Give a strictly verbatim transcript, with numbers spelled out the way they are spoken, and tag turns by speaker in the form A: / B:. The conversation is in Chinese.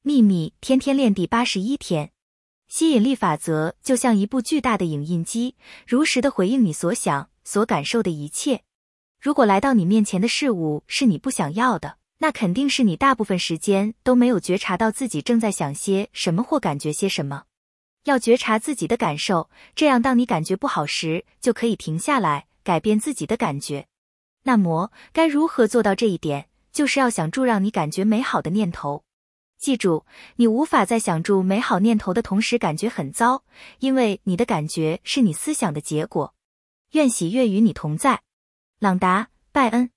A: 秘密天天练第八十一天。吸引力法则就像一部巨大的影印机，如实的回应你所想、所感受的一切。如果来到你面前的事物是你不想要的，那肯定是你大部分时间都没有觉察到自己正在想些什么或感觉些什么。要觉察自己的感受，这样当你感觉不好时，就可以停下来，改变自己的感觉。那么，该如何做到这一点？就是要想住让你感觉美好的念头。记住，你无法在想住美好念头的同时感觉很糟，因为你的感觉是你思想的结果。愿喜悦与你同在。朗达·拜恩。